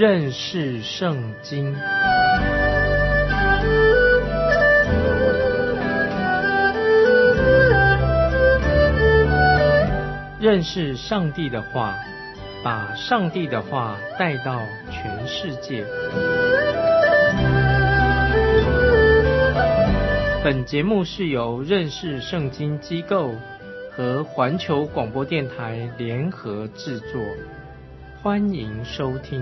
认识圣经。认识上帝的话，把上帝的话带到全世界。本节目是由认识圣经机构和环球广播电台联合制作，欢迎收听。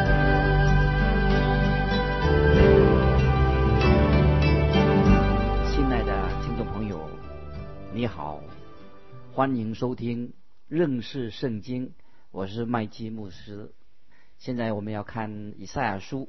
亲爱的听众朋友，你好，欢迎收听认识圣经，我是麦基牧师。现在我们要看以赛亚书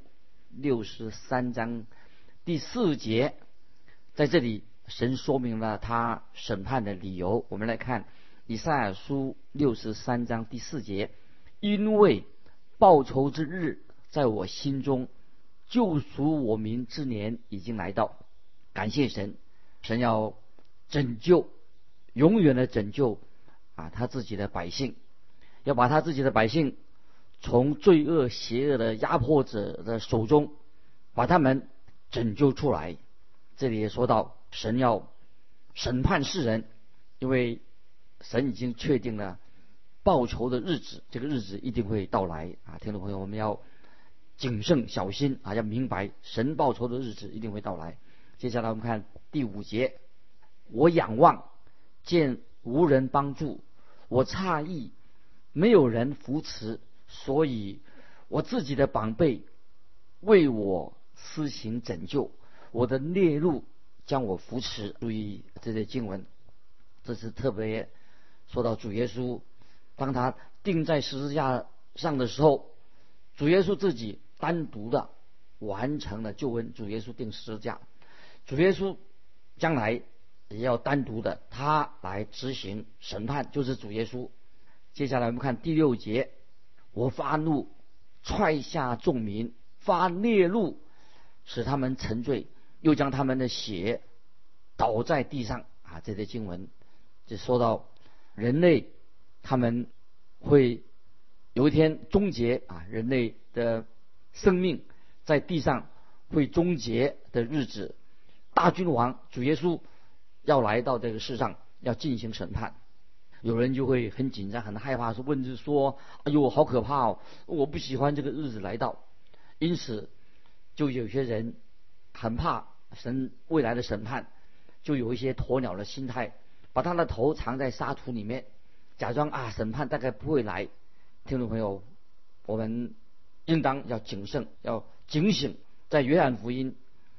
63章第4节，在这里神说明了他审判的理由。我们来看以赛亚书63章第4节，因为报仇之日在我心中，救赎我民之年已经来到。感谢神，神要拯救，永远的拯救他自己的百姓，要把他自己的百姓从罪恶邪恶的压迫者的手中把他们拯救出来。这里也说到神要审判世人，因为神已经确定了报仇的日子，这个日子一定会到来听众朋友，我们要谨慎小心要明白神报仇的日子一定会到来。接下来我们看第5节，我仰望见无人帮助，我诧异没有人扶持，所以我自己的膀臂为我施行拯救，我的烈怒将我扶持。注意这些经文，这是特别说到主耶稣，当他钉在十字架上的时候，主耶稣自己单独的完成了救恩。主耶稣钉十字架，主耶稣将来也要单独的他来执行审判，就是主耶稣。接下来我们看第6节，我发怒踹下众民，发烈怒使他们沉醉，又将他们的血倒在地上这些经文就说到人类他们会有一天终结人类的生命在地上会终结的日子。大君王主耶稣要来到这个世上，要进行审判。有人就会很紧张很害怕，说哎呦好可怕我不喜欢这个日子来到。因此就有些人很怕神未来的审判，就有一些鸵鸟的心态，把他的头藏在沙土里面，假装审判大概不会来。听众朋友，我们应当要谨慎，要警醒。在约翰福音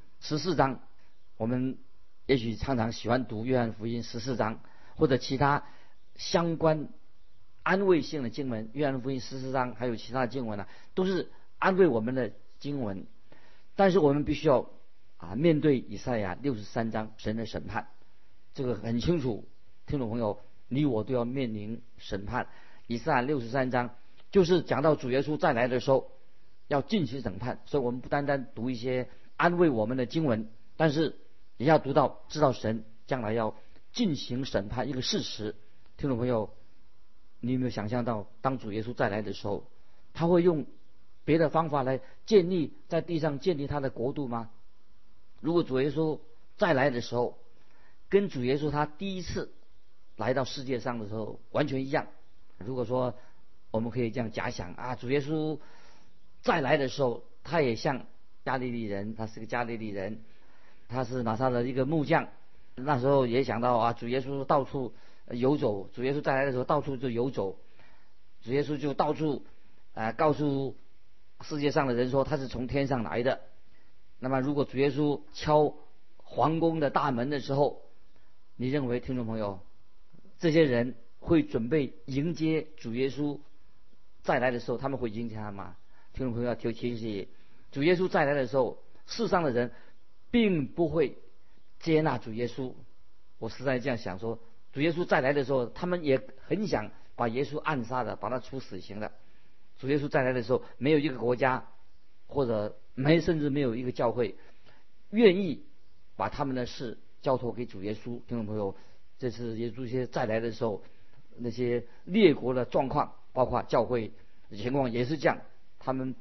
14章，我们也许常常喜欢读约翰福音14章或者其他相关安慰性的经文。约翰福音14章还有其他的经文都是安慰我们的经文。但是我们必须要面对以赛亚63章神的审判，这个很清楚，听众朋友，你我都要面临审判。以赛亚63章就是讲到主耶稣再来的时候要进行审判，所以我们不单单读一些安慰我们的经文，但是也要读到知道神将来要进行审判一个事实。听众朋友，你有没有想象到当主耶稣再来的时候，他会用别的方法来在地上建立他的国度吗？如果主耶稣再来的时候跟主耶稣他第一次来到世界上的时候完全一样，如果说我们可以这样假想主耶稣再来的时候，他也像加利利人，他是个加利利人，他是拿撒勒的一个木匠，那时候也想到主耶稣到处游走，主耶稣再来的时候到处就游走，主耶稣就到处告诉世界上的人说他是从天上来的。那么如果主耶稣敲皇宫的大门的时候，你认为听众朋友这些人会准备迎接主耶稣再来的时候，他们会迎接他吗？听众朋友要提醒，主耶稣再来的时候，世上的人并不会接纳主耶稣。我实在这样想说，主耶稣再来的时候，他们也很想把耶稣暗杀的，把他处死刑的。主耶稣再来的时候，没有一个国家或者甚至没有一个教会愿意把他们的事交托给主耶稣。听众朋友，这次耶稣再来的时候，那些列国的状况，包括教会的情况也是这样，他们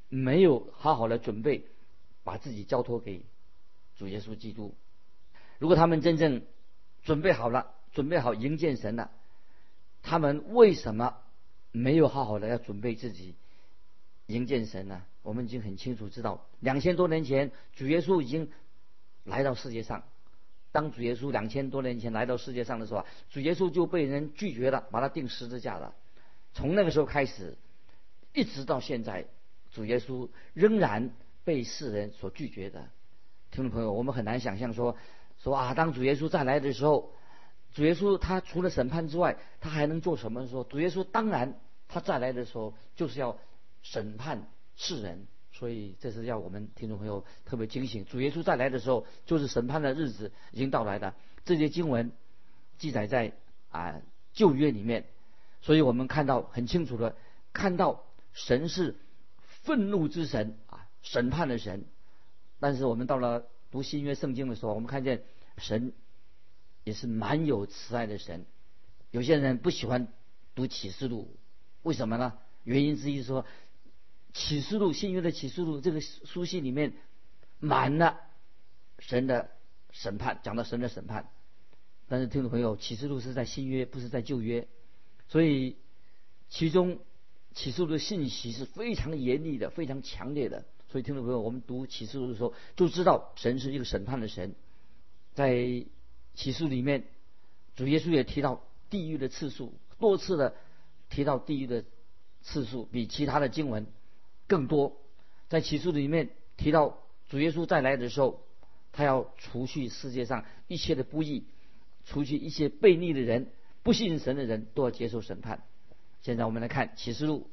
没有好好的准备，把自己交托给主耶稣基督。如果他们真正准备好了，准备好迎见神了，他们为什么没有好好的要准备自己迎见神呢？我们已经很清楚知道，2000多年前主耶稣已经来到世界上。当主耶稣2000多年前来到世界上的时候，主耶稣就被人拒绝了，把他钉十字架了。从那个时候开始，一直到现在，主耶稣仍然被世人所拒绝的。听众朋友，我们很难想象说当主耶稣再来的时候，主耶稣他除了审判之外，他还能做什么？说主耶稣当然他再来的时候就是要审判世人。所以这是要我们听众朋友特别警醒，主耶稣再来的时候，就是审判的日子已经到来的。这些经文记载在旧约里面，所以我们看到很清楚的，看到神是愤怒之神审判的神。但是我们到了读新约圣经的时候，我们看见神也是蛮有慈爱的神。有些人不喜欢读启示录，为什么呢？原因之一是说，启示录，新约的启示录这个书信里面满了神的审判，讲到神的审判。但是听众朋友，启示录是在新约，不是在旧约，所以其中启示录的信息是非常严厉的，非常强烈的。所以听众朋友，我们读启示录的时候就知道神是一个审判的神。在启示录里面，主耶稣也提到地狱的次数，多次的提到地狱的次数比其他的经文更多。在启示录里面提到主耶稣再来的时候，他要除去世界上一切的不义，除去一些悖逆的人，不信神的人都要接受审判。现在我们来看启示录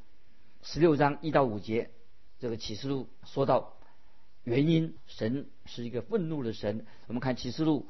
16章1到5节，这个启示录说到原因，神是一个愤怒的神。我们看启示录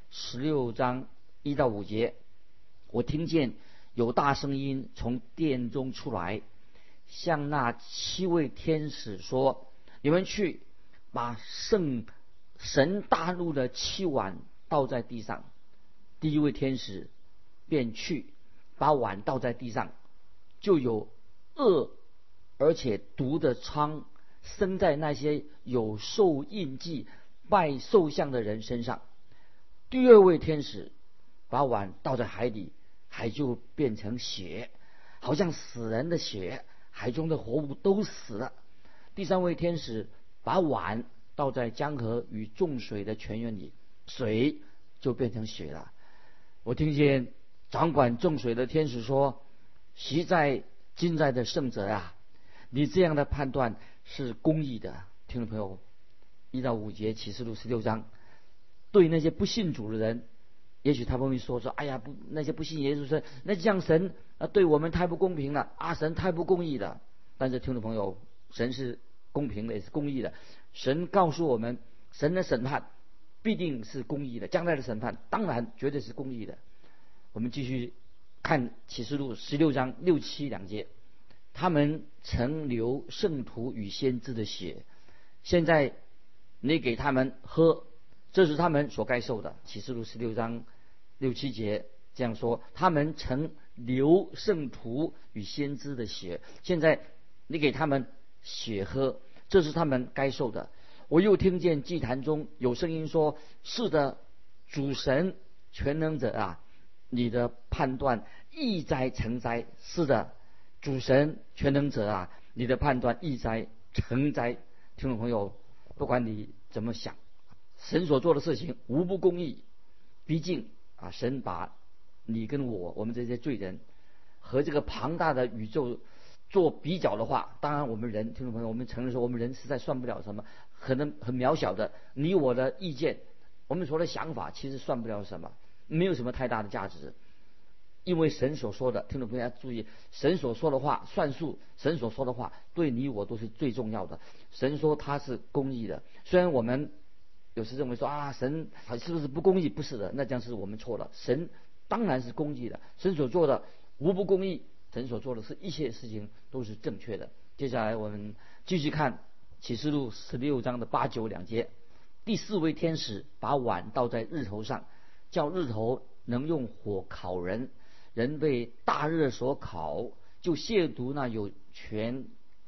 16章1到5节，我听见有大声音从殿中出来，向那7位天使说，你们去把神大怒的7碗倒在地上。第一位天使便去把碗倒在地上，就有恶而且毒的疮生在那些有兽印记拜兽像的人身上。第二位天使把碗倒在海里，海就变成血，好像死人的血，海中的活物都死了。第三位天使把碗倒在江河与众水的泉源里，水就变成血了。我听见掌管众水的天使说，昔在今在的圣者啊，你这样的判断是公义的。听众朋友，1到5节启示录16章，对那些不信主的人，也许他们会说哎呀，那些不信耶稣说，那这样神对我们太不公平了神太不公义了。但是听众朋友，神是公平的，也是公义的。神告诉我们，神的审判必定是公义的，将来的审判当然绝对是公义的。我们继续看启示录16章6、7两节，他们曾流圣徒与先知的血，现在你给他们喝，这是他们所该受的。启示录16章6、7节这样说，他们曾流圣徒与先知的血，现在你给他们血喝，这是他们该受的。我又听见祭坛中有声音说，是的，主神全能者啊，你的判断易哉成哉。是的，主神全能者啊，你的判断易哉成哉。听众朋友，不管你怎么想，神所做的事情无不公义。毕竟神把你跟我们这些罪人和这个庞大的宇宙做比较的话，当然我们人，听众朋友，我们承认说我们人实在算不了什么，可能很渺小的，你我的意见，我们所的想法其实算不了什么，没有什么太大的价值。因为神所说的，听众朋友要注意，神所说的话算数，神所说的话对你我都是最重要的。神说他是公义的，虽然我们有时认为说神是不是不公义？不是的，那将是我们错了。神当然是公义的，神所做的无不公义，神所做的是一切事情都是正确的。接下来我们继续看启示录16章的8、9两节。第4位天使把碗倒在日头上，叫日头能用火烤人，人被大热所烤，就亵渎那有权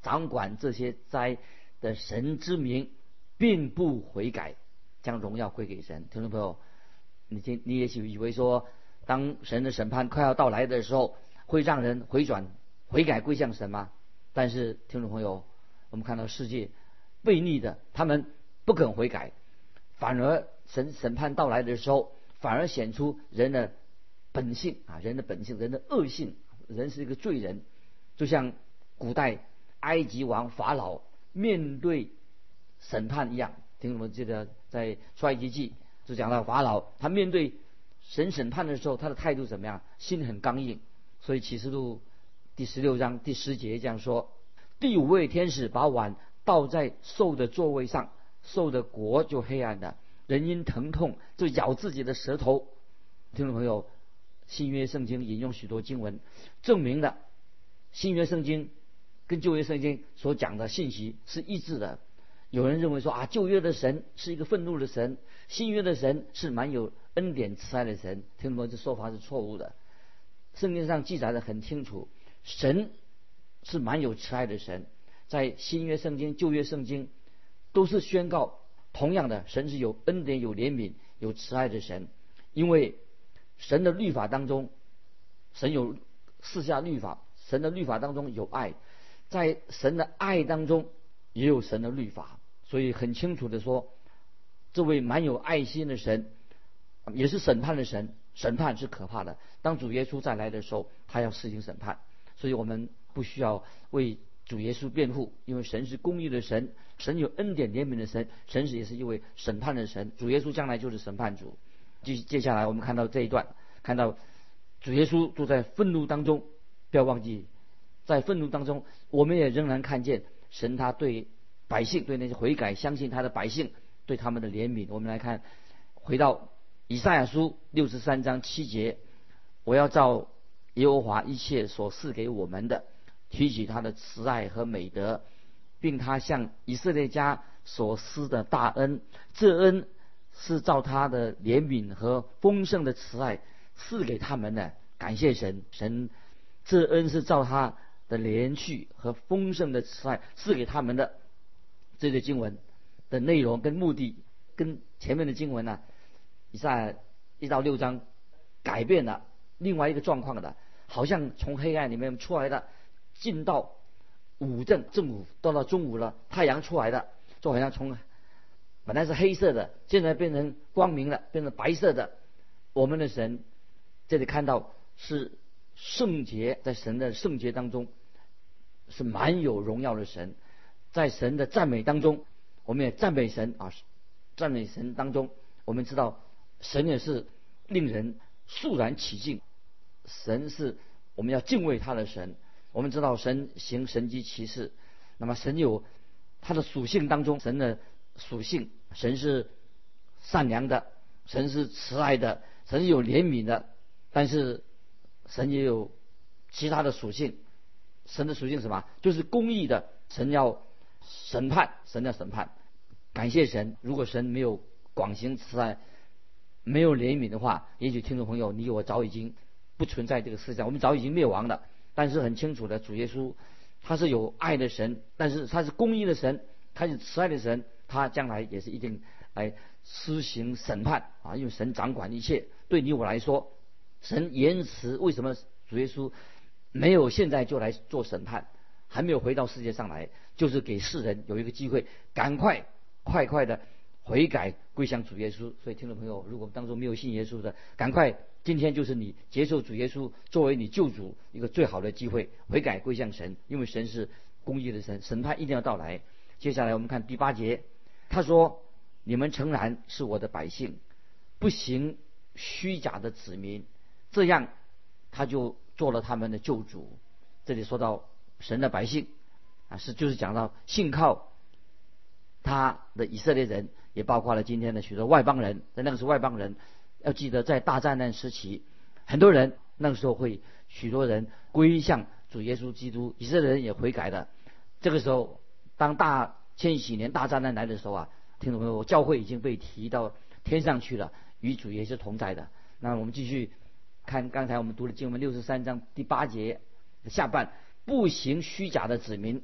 掌管这些灾的神之名，并不悔改，将荣耀归给神。听众朋友，你也许以为说，当神的审判快要到来的时候，会让人回转悔改归向神吗？但是听众朋友，我们看到世界悖逆的，他们不肯悔改，反而神审判到来的时候，反而显出人的本性啊，人的本性，人的恶性，人是一个罪人。就像古代埃及王法老面对审判一样。听我们记得在出埃及记就讲到法老，他面对神审判的时候，他的态度怎么样？心很刚硬。所以启示录第16章第10节这样说：第5位天使把碗倒在兽的座位上，兽的国就黑暗了，人因疼痛就咬自己的舌头。听众朋友，新约圣经引用许多经文，证明了新约圣经跟旧约圣经所讲的信息是一致的。有人认为说旧约的神是一个愤怒的神，新约的神是蛮有恩典慈爱的神。听众朋友，这说法是错误的。圣经上记载的很清楚，神是蛮有慈爱的神。在新约圣经、旧约圣经都是宣告同样的，神是有恩典、有怜悯、有慈爱的神。因为神的律法当中，神有赐下律法，神的律法当中有爱，在神的爱当中也有神的律法。所以很清楚的说，这位蛮有爱心的神也是审判的神。审判是可怕的，当主耶稣再来的时候，他要施行审判。所以我们不需要为主耶稣辩护，因为神是公义的神，神有恩典怜悯的神，神也是一位审判的神。主耶稣将来就是审判主。接下来我们看到这一段，看到主耶稣就在愤怒当中。不要忘记，在愤怒当中，我们也仍然看见神他对百姓，对那些悔改相信他的百姓，对他们的怜悯。我们来看，回到以赛亚书63章7节：我要照耶和华一切所赐给我们的，提起他的慈爱和美德，并他向以色列家所施的大恩。这恩是照他的怜悯和丰盛的慈爱赐给他们的。感谢神，这恩是照他的怜恤和丰盛的慈爱赐给他们的。这个经文的内容跟目的跟前面的经文呢，以赛亚1到6章改变了另外一个状况的，好像从黑暗里面出来的，进到正午到中午了，太阳出来的，就好像从本来是黑色的，现在变成光明了，变成白色的。我们的神这里看到是圣洁，在神的圣洁当中是蛮有荣耀的神。在神的赞美当中，我们也赞美神赞美神当中，我们知道神也是令人肃然起敬，神是我们要敬畏他的神。我们知道神行神迹奇事，那么神有他的属性当中，神的属性，神是善良的，神是慈爱的，神是有怜悯的，但是神也有其他的属性。神的属性是什么？就是公义的，神要审判，神要审判。感谢神，如果神没有广行慈爱，没有怜悯的话，也许听众朋友你我早已经不存在这个世界上，我们早已经灭亡了。但是很清楚的，主耶稣他是有爱的神，但是他是公义的神，他是慈爱的神，他将来也是一定来施行审判因为神掌管一切。对你我来说，神延迟，为什么主耶稣没有现在就来做审判，还没有回到世界上来，就是给世人有一个机会，赶快的悔改归向主耶稣。所以听众朋友，如果当中没有信耶稣的，赶快今天就是你接受主耶稣作为你救主一个最好的机会，悔改归向神，因为神是公义的神，审判一定要到来。接下来我们看第8节，他说：你们诚然是我的百姓，不行虚假的子民，这样他就做了他们的救主。这里说到神的百姓就是讲到信靠他的以色列人，也包括了今天的许多外邦人。在那个时候外邦人，要记得在大灾难时期，很多人那个时候许多人归向主耶稣基督，以色列人也悔改的。这个时候当千禧年大灾难来的时候听众朋友，教会已经被提到天上去了，与主耶稣同在的。那我们继续看刚才我们读的经文63章第8节下半，不行虚假的子民，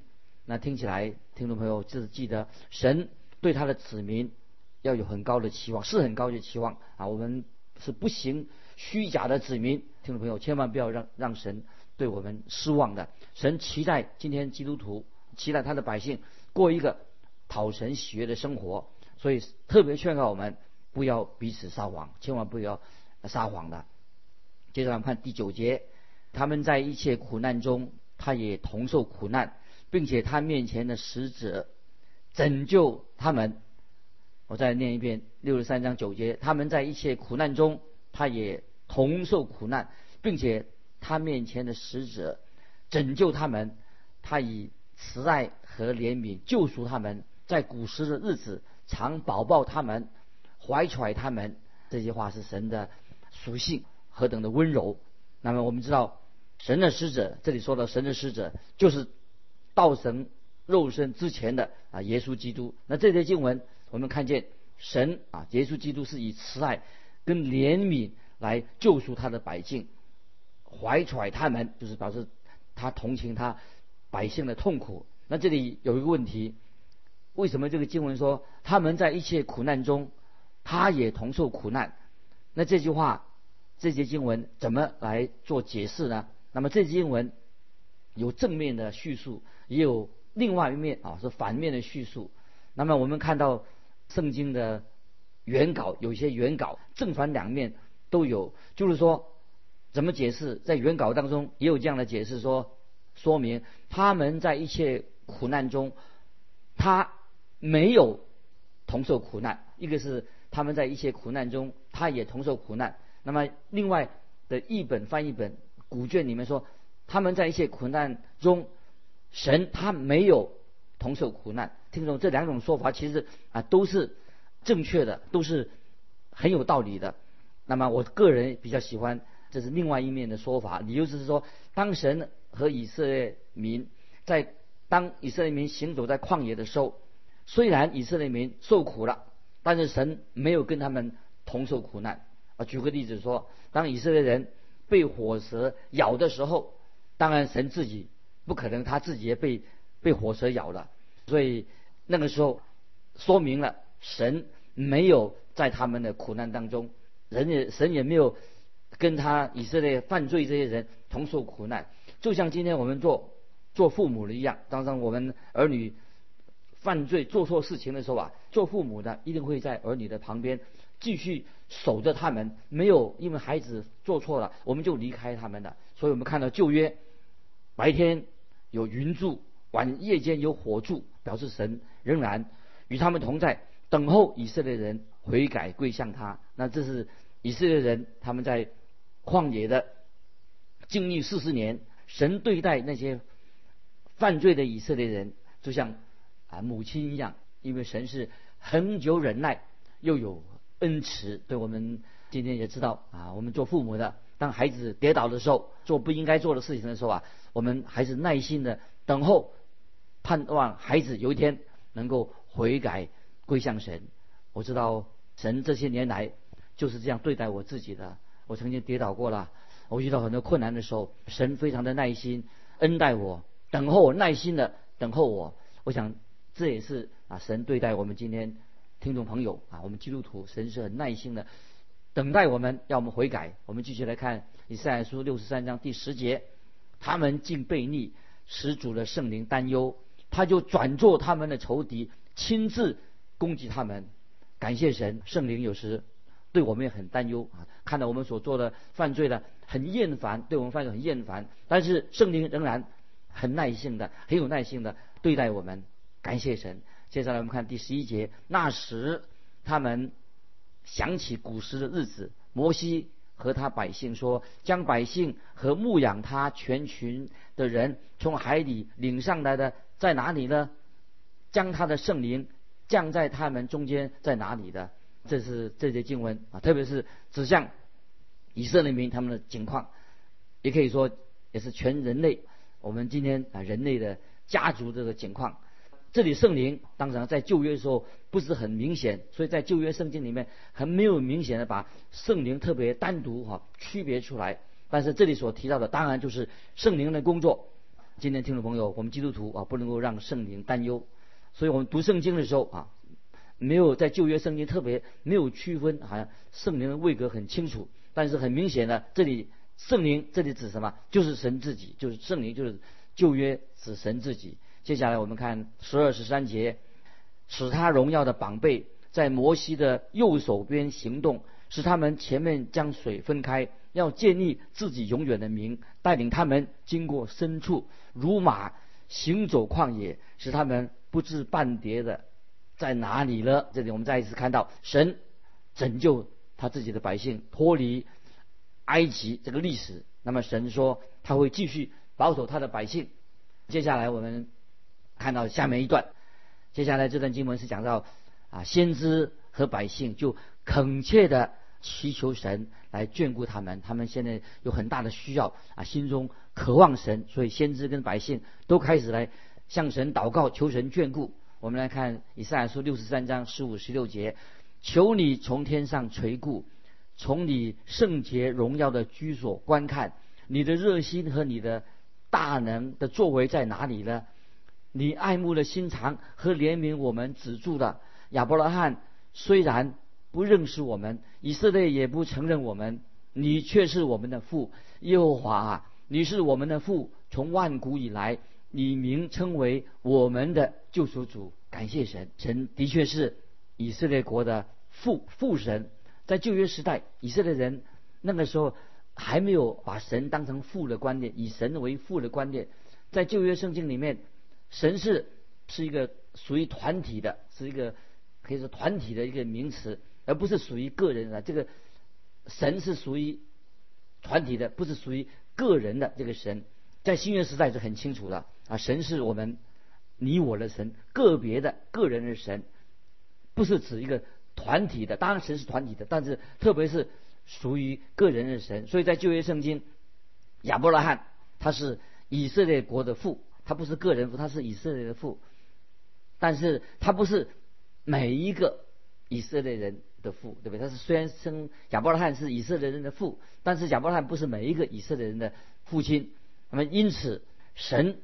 那听起来，听众朋友就是记得神对他的子民要有很高的期望，是很高的期望啊！我们是不行虚假的子民，听众朋友千万不要让神对我们失望的。神期待今天基督徒，期待他的百姓过一个讨神喜悦的生活，所以特别劝告我们不要彼此撒谎，千万不要撒谎的。接着我们看第9节，他们在一切苦难中，他也同受苦难，并且他面前的使者拯救他们。我再念一遍63章9节，他们在一切苦难中，他也同受苦难，并且他面前的使者拯救他们，他以慈爱和怜悯救赎他们，在古时的日子常保抱他们，怀揣他们。这些话是神的属性，何等的温柔。那么我们知道神的使者，这里说到神的使者就是道成肉身之前的耶稣基督。那这节经文我们看见神耶稣基督是以慈爱跟怜悯来救赎他的百姓，怀揣他们，就是表示他同情他百姓的痛苦。那这里有一个问题，为什么这个经文说他们在一切苦难中，他也同受苦难？那这句话，这节经文怎么来做解释呢？那么这节经文有正面的叙述，也有另外一面是反面的叙述。那么我们看到圣经的原稿，有一些原稿正反两面都有，就是说怎么解释，在原稿当中也有这样的解释，说明他们在一切苦难中，他没有同受苦难。一个是他们在一切苦难中，他也同受苦难。那么另外的翻译本古卷里面说，他们在一切苦难中，神他没有同受苦难。听众，这两种说法其实都是正确的，都是很有道理的。那么我个人比较喜欢这是另外一面的说法，理由就是说，当神和以色列民当以色列民行走在旷野的时候，虽然以色列民受苦了，但是神没有跟他们同受苦难。举个例子说，当以色列人被火蛇咬的时候，当然神自己不可能他自己也被火蛇咬了，所以那个时候说明了神没有在他们的苦难当中，神也没有跟他以色列犯罪这些人同受苦难。就像今天我们做父母的一样，当然我们儿女犯罪做错事情的时候做父母的一定会在儿女的旁边继续守着他们，没有因为孩子做错了我们就离开他们的。所以我们看到旧约白天有云柱，夜间有火柱，表示神仍然与他们同在，等候以色列人悔改归向他。那这是以色列人他们在旷野的经历40年，神对待那些犯罪的以色列人就像母亲一样，因为神是恒久忍耐又有恩慈。对，我们今天也知道我们做父母的，当孩子跌倒的时候，做不应该做的事情的时候我们还是耐心的等候，盼望孩子有一天能够悔改归向神。我知道神这些年来就是这样对待我自己的。我曾经跌倒过了，我遇到很多困难的时候，神非常的耐心恩待我，等候我，耐心的等候我。我想这也是神对待我们今天听众朋友我们基督徒，神是很耐心的等待我们，要我们悔改。我们继续来看以赛亚书63章第10节，他们竟悖逆，使主的圣灵担忧，他就转作他们的仇敌，亲自攻击他们。感谢神，圣灵有时对我们也很担忧看到我们所做的犯罪的很厌烦，对我们犯罪很厌烦，但是圣灵仍然很有耐心的对待我们。感谢神。接下来我们看第11节，那时他们想起古时的日子，摩西和他百姓说，将百姓和牧养他全群的人从海里领上来的在哪里呢？将他的圣灵降在他们中间在哪里的？这是这节经文特别是指向以色列民他们的情况，也可以说也是全人类，我们今天人类的家族这个情况。这里圣灵当然在旧约的时候不是很明显，所以在旧约圣经里面还没有明显的把圣灵特别单独区别出来。但是这里所提到的当然就是圣灵的工作。 今天听众朋友，我们基督徒不能够让圣灵担忧，所以我们读圣经的时候没有在旧约圣经特别没有区分，好像圣灵的位格很清楚，但是很明显的，这里圣灵这里指什么？就是神自己，就是圣灵，就是旧约指神自己。接下来我们看12、13节，使他荣耀的膀臂在摩西的右手边行动，使他们前面将水分开，要建立自己永远的名，带领他们经过深处，如马行走旷野，使他们不知半跌的在哪里了。这里我们再一次看到神拯救他自己的百姓脱离埃及这个历史，那么神说他会继续保守他的百姓。接下来我们看到下面一段，接下来这段经文是讲到先知和百姓就恳切的祈求神来眷顾他们，他们现在有很大的需要心中渴望神，所以先知跟百姓都开始来向神祷告，求神眷顾。我们来看以赛亚书63章15、16节，求你从天上垂顾，从你圣洁荣耀的居所观看，你的热心和你的大能的作为在哪里呢？你爱慕的心肠和怜悯我们止住了。亚伯拉罕虽然不认识我们，以色列也不承认我们，你却是我们的父。耶和华你是我们的父，从万古以来，你名称为我们的救赎主。感谢神，神的确是以色列国的父神。在旧约时代，以色列人那个时候还没有把神当成父的观念，以神为父的观念。在旧约圣经里面，神是一个属于团体的，是一个可以说团体的一个名词，而不是属于个人的。这个神是属于团体的，不是属于个人的。这个神在新约时代是很清楚的神是我们你我的神，个别的个人的神，不是指一个团体的。当然神是团体的，但是特别是属于个人的神。所以在旧约圣经，亚伯拉罕他是以色列国的父，他不是个人父，他是以色列的父，但是他不是每一个以色列人的父，对不对？他是虽然亚伯拉罕是以色列人的父，但是亚伯拉罕不是每一个以色列人的父亲。那么因此神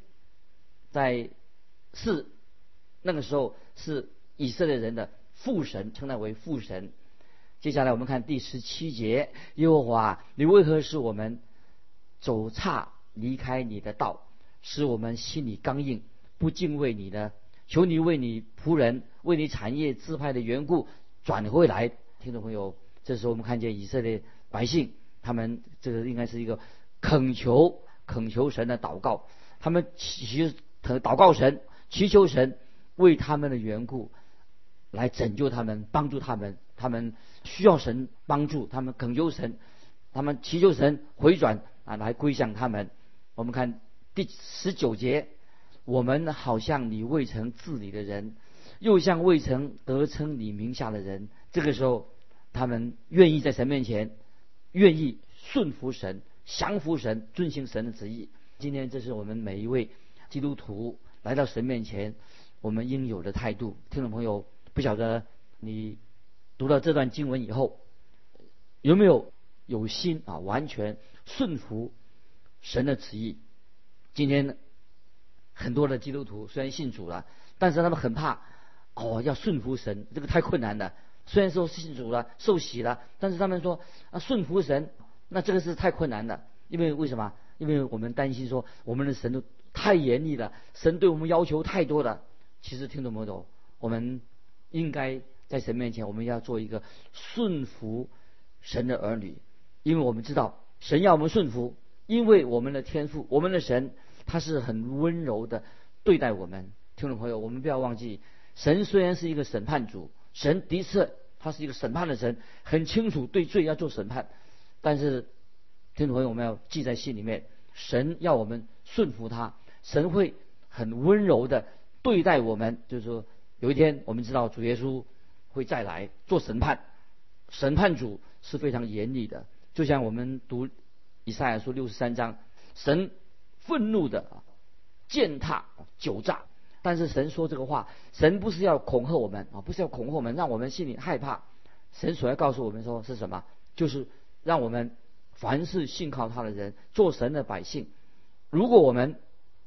那个时候是以色列人的父神，称他为父神。接下来我们看第17节，耶和华你为何使我们走岔离开你的道，使我们心里刚硬，不敬畏你呢？求你为你仆人，为你产业支派的缘故转回来。听众朋友，这时候我们看见以色列百姓，他们这个应该是一个恳求神的祷告，他们祷告神，祈求神为他们的缘故来拯救他们，帮助他们。他们需要神帮助，他们恳求神，他们祈求神回转来归向他们。我们看第19节，我们好像你未曾治理的人，又像未曾得称你名下的人。这个时候他们愿意在神面前，愿意顺服神，降服神，遵行神的旨意。今天这是我们每一位基督徒来到神面前我们应有的态度。听众朋友，不晓得你读到这段经文以后，有没有心完全顺服神的旨意？今天很多的基督徒虽然信主了，但是他们很怕要顺服神，这个太困难了。虽然说信主了，受洗了，但是他们说顺服神，那这个是太困难了。因为为什么？因为我们担心说我们的神都太严厉了，神对我们要求太多了。其实听众朋友，我们应该在神面前，我们要做一个顺服神的儿女，因为我们知道神要我们顺服，因为我们的天父，我们的神，他是很温柔的对待我们。听众朋友，我们不要忘记，神虽然是一个审判主，神的确他是一个审判的神，很清楚对罪要做审判，但是听众朋友，我们要记在心里面，神要我们顺服他，神会很温柔的对待我们。就是说有一天我们知道主耶稣会再来做审判，审判主是非常严厉的。就像我们读以赛亚书63章，神愤怒的践踏酒榨，但是神说这个话，神不是要恐吓我们不是要恐吓我们，让我们心里害怕。神所要告诉我们说是什么？就是让我们凡是信靠他的人，做神的百姓。如果我们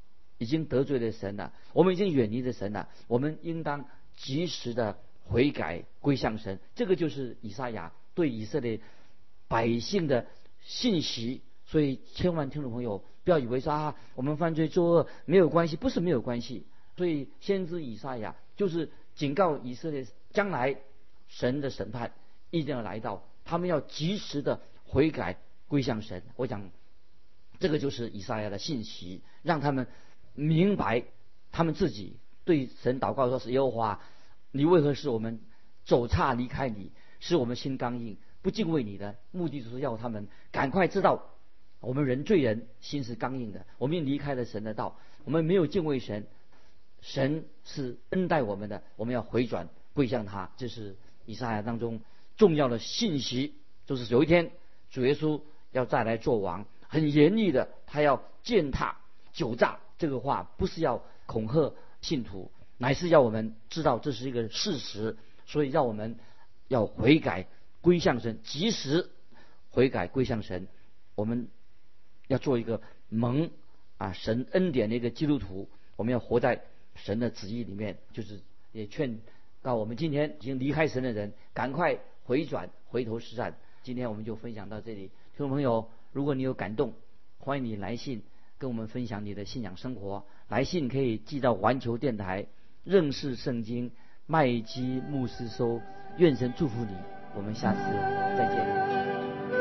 已经得罪了神了，我们已经远离了神了，我们应当及时的悔改归向神。这个就是以赛亚对以色列百姓的信息。所以千万听众朋友不要以为说我们犯罪作恶没有关系，不是没有关系。所以先知以赛亚就是警告以色列，将来神的审判一定要来到，他们要及时的悔改归向神。我想这个就是以赛亚的信息，让他们明白他们自己对神祷告说：是耶和华，你为何使我们走岔离开你，使我们心刚硬，不敬畏你的？目的就是要他们赶快知道，我们人罪人心是刚硬的，我们离开了神的道，我们没有敬畏神，神是恩待我们的，我们要回转归向他。这是以赛亚当中重要的信息，就是有一天主耶稣要再来做王，很严厉的，他要践踏酒榨。这个话不是要恐吓信徒，乃是要我们知道这是一个事实，所以让我们要悔改归向神，及时悔改归向神。我们要做一个蒙神恩典的一个基督徒，我们要活在神的旨意里面。就是也劝告我们今天已经离开神的人，赶快回转，回头是岸。今天我们就分享到这里，听众朋友，如果你有感动，欢迎你来信跟我们分享你的信仰生活。来信可以寄到环球电台认识圣经麦基牧师收。愿神祝福你，我们下次再见。